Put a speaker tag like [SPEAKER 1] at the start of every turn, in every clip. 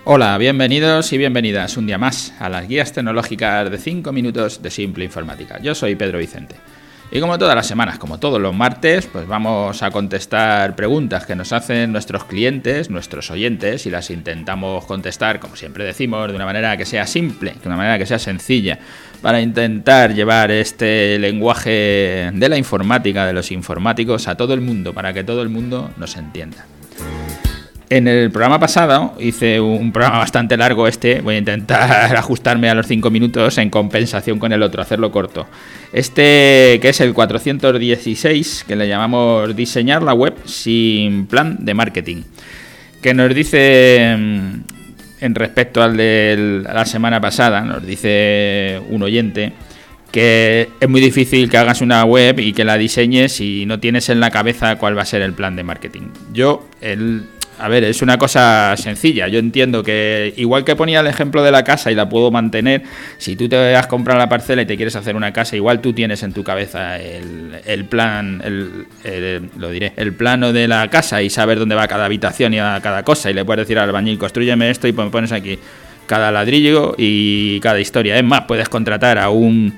[SPEAKER 1] Hola, bienvenidos y bienvenidas un día más a las guías tecnológicas de 5 minutos de Simple Informática. Yo soy Pedro Vicente. Y como todas las semanas, como todos los martes, pues vamos a contestar preguntas que nos hacen nuestros clientes, nuestros oyentes, y las intentamos contestar, como siempre decimos, de una manera que sea simple, de una manera que sea sencilla, para intentar llevar este lenguaje de la informática, de los informáticos, a todo el mundo, para que todo el mundo nos entienda. En el programa pasado hice un programa bastante largo voy a intentar ajustarme a los 5 minutos en compensación con el otro, hacerlo corto. Que es el 416, que le llamamos diseñar la web sin plan de marketing, que nos dice, en respecto al de la semana pasada, nos dice un oyente que es muy difícil que hagas una web y que la diseñes si no tienes en la cabeza cuál va a ser el plan de marketing. Es una cosa sencilla. Yo entiendo que, igual que ponía el ejemplo de la casa y la puedo mantener, si tú te has comprado la parcela y te quieres hacer una casa, igual tú tienes en tu cabeza el plan, el plano de la casa y saber dónde va cada habitación y a cada cosa, y le puedes decir al albañil, constrúyeme esto, y me pones aquí cada ladrillo y cada historia. Es más, puedes contratar a un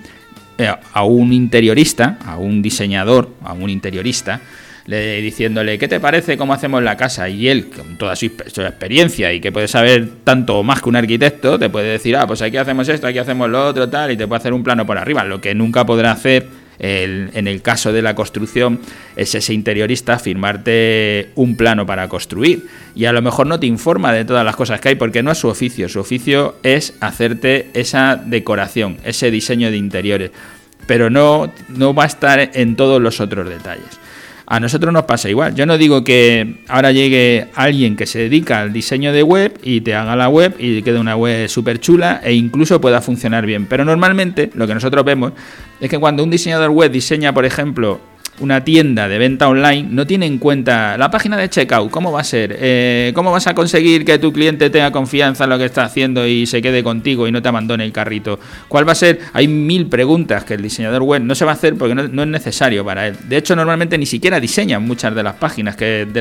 [SPEAKER 1] interiorista, a un diseñador, a un interiorista, diciéndole, ¿qué te parece cómo hacemos la casa? Y él, con toda su experiencia y que puede saber tanto o más que un arquitecto, te puede decir, pues aquí hacemos esto, aquí hacemos lo otro, tal, y te puede hacer un plano por arriba. Lo que nunca podrá hacer en el caso de la construcción es ese interiorista firmarte un plano para construir, y a lo mejor no te informa de todas las cosas que hay, porque no es su oficio. Su oficio es hacerte esa decoración, ese diseño de interiores, pero no va a estar en todos los otros detalles. A nosotros nos pasa igual. Yo no digo que ahora llegue alguien que se dedica al diseño de web y te haga la web y quede una web súper chula e incluso pueda funcionar bien. Pero normalmente lo que nosotros vemos es que cuando un diseñador web diseña, por ejemplo, una tienda de venta online, no tiene en cuenta la página de checkout, cómo va a ser, cómo vas a conseguir que tu cliente tenga confianza en lo que está haciendo y se quede contigo y no te abandone el carrito, cuál va a ser. Hay 1000 preguntas que el diseñador web no se va a hacer porque no es necesario para él. De hecho, normalmente ni siquiera diseñan muchas de las páginas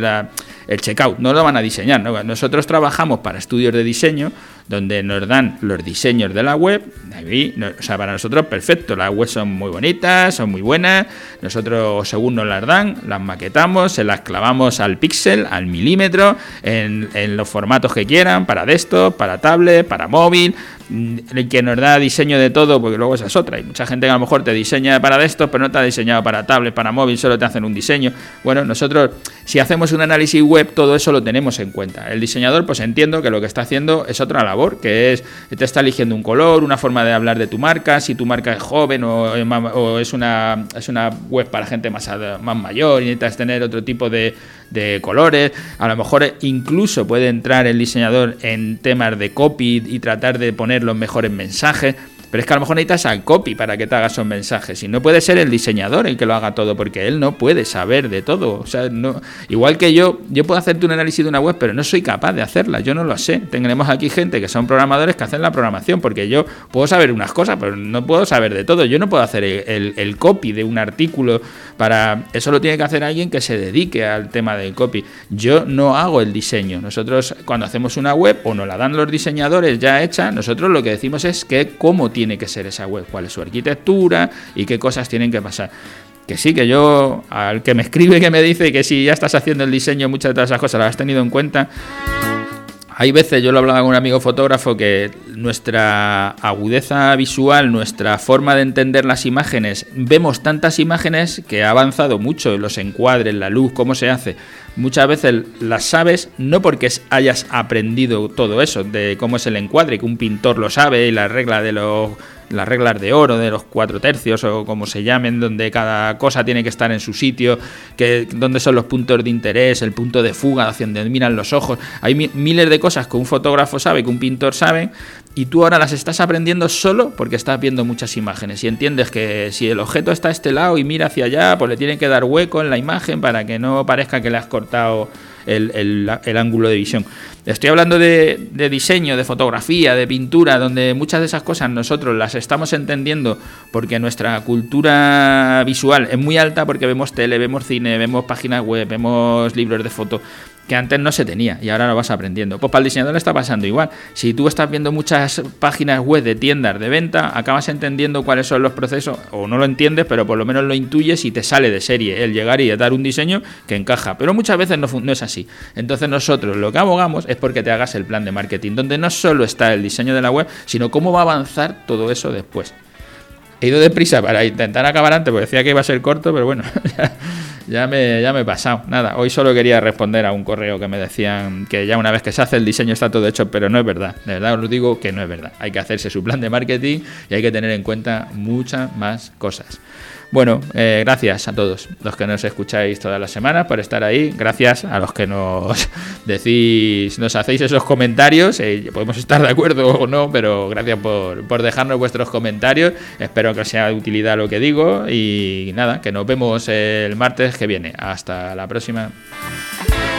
[SPEAKER 1] el checkout, no lo van a diseñar, ¿no? Nosotros trabajamos para estudios de diseño donde nos dan los diseños de la web, para nosotros perfecto, las webs son muy bonitas, son muy buenas, nosotros según nos las dan, las maquetamos, se las clavamos al píxel, al milímetro, en los formatos que quieran, para desktop, para tablet, para móvil. El que nos da diseño de todo, porque luego esa es otra. Hay mucha gente que a lo mejor te diseña para desktop, pero no te ha diseñado para tablet, para móvil, solo te hacen un diseño. Bueno, nosotros, si hacemos un análisis web, todo eso lo tenemos en cuenta. El diseñador, pues entiendo que lo que está haciendo es otra labor, que es, te está eligiendo un color, una forma de hablar de tu marca, si tu marca es joven o es una web para gente más mayor y necesitas tener otro tipo de colores. A lo mejor incluso puede entrar el diseñador en temas de copy y tratar de poner los mejores mensajes, pero es que a lo mejor necesitas al copy para que te haga esos mensajes, y no puede ser el diseñador el que lo haga todo, porque él no puede saber de todo. O sea, no, igual que yo puedo hacerte un análisis de una web, pero no soy capaz de hacerla, yo no lo sé. Tenemos aquí gente que son programadores que hacen la programación, porque yo puedo saber unas cosas, pero no puedo saber de todo. Yo no puedo hacer el copy de un artículo, eso lo tiene que hacer alguien que se dedique al tema del copy. Yo no hago el diseño. Nosotros, cuando hacemos una web o nos la dan los diseñadores ya hecha, nosotros lo que decimos es cómo tiene que ser esa web, cuál es su arquitectura y qué cosas tienen que pasar. Que sí, que yo, al que me escribe, que me dice que si ya estás haciendo el diseño, muchas de todas esas cosas las has tenido en cuenta. Hay veces, yo lo hablaba con un amigo fotógrafo, que nuestra agudeza visual, nuestra forma de entender las imágenes, vemos tantas imágenes que ha avanzado mucho, los encuadres, la luz, cómo se hace. Muchas veces las sabes no porque hayas aprendido todo eso, de cómo es el encuadre, que un pintor lo sabe, y las reglas de oro, de los 4 tercios o como se llamen, donde cada cosa tiene que estar en su sitio, donde son los puntos de interés, el punto de fuga, hacia donde miran los ojos. Hay miles de cosas que un fotógrafo sabe, que un pintor sabe, y tú ahora las estás aprendiendo solo porque estás viendo muchas imágenes y entiendes que si el objeto está a este lado y mira hacia allá, pues le tienen que dar hueco en la imagen para que no parezca que le has cortado el ángulo de visión. Estoy hablando de diseño, de fotografía, de pintura, donde muchas de esas cosas nosotros las estamos entendiendo porque nuestra cultura visual es muy alta, porque vemos tele, vemos cine, vemos páginas web, vemos libros de foto, que antes no se tenía y ahora lo vas aprendiendo. Pues para el diseñador le está pasando igual. Si tú estás viendo muchas páginas web de tiendas de venta, acabas entendiendo cuáles son los procesos, o no lo entiendes, pero por lo menos lo intuyes y te sale de serie el llegar y dar un diseño que encaja. Pero muchas veces no es así. Entonces nosotros lo que abogamos es porque te hagas el plan de marketing, donde no solo está el diseño de la web, sino cómo va a avanzar todo eso después. He ido deprisa para intentar acabar antes, porque decía que iba a ser corto, pero bueno, ya me he pasado. Nada, hoy solo quería responder a un correo que me decían que ya una vez que se hace el diseño está todo hecho, pero no es verdad. De verdad os digo que no es verdad. Hay que hacerse su plan de marketing y hay que tener en cuenta muchas más cosas. Bueno, gracias a todos los que nos escucháis todas las semanas por estar ahí. Gracias a los que nos hacéis esos comentarios. Podemos estar de acuerdo o no, pero gracias por dejarnos vuestros comentarios. Espero que os sea de utilidad lo que digo. Y nada, que nos vemos el martes que viene. Hasta la próxima.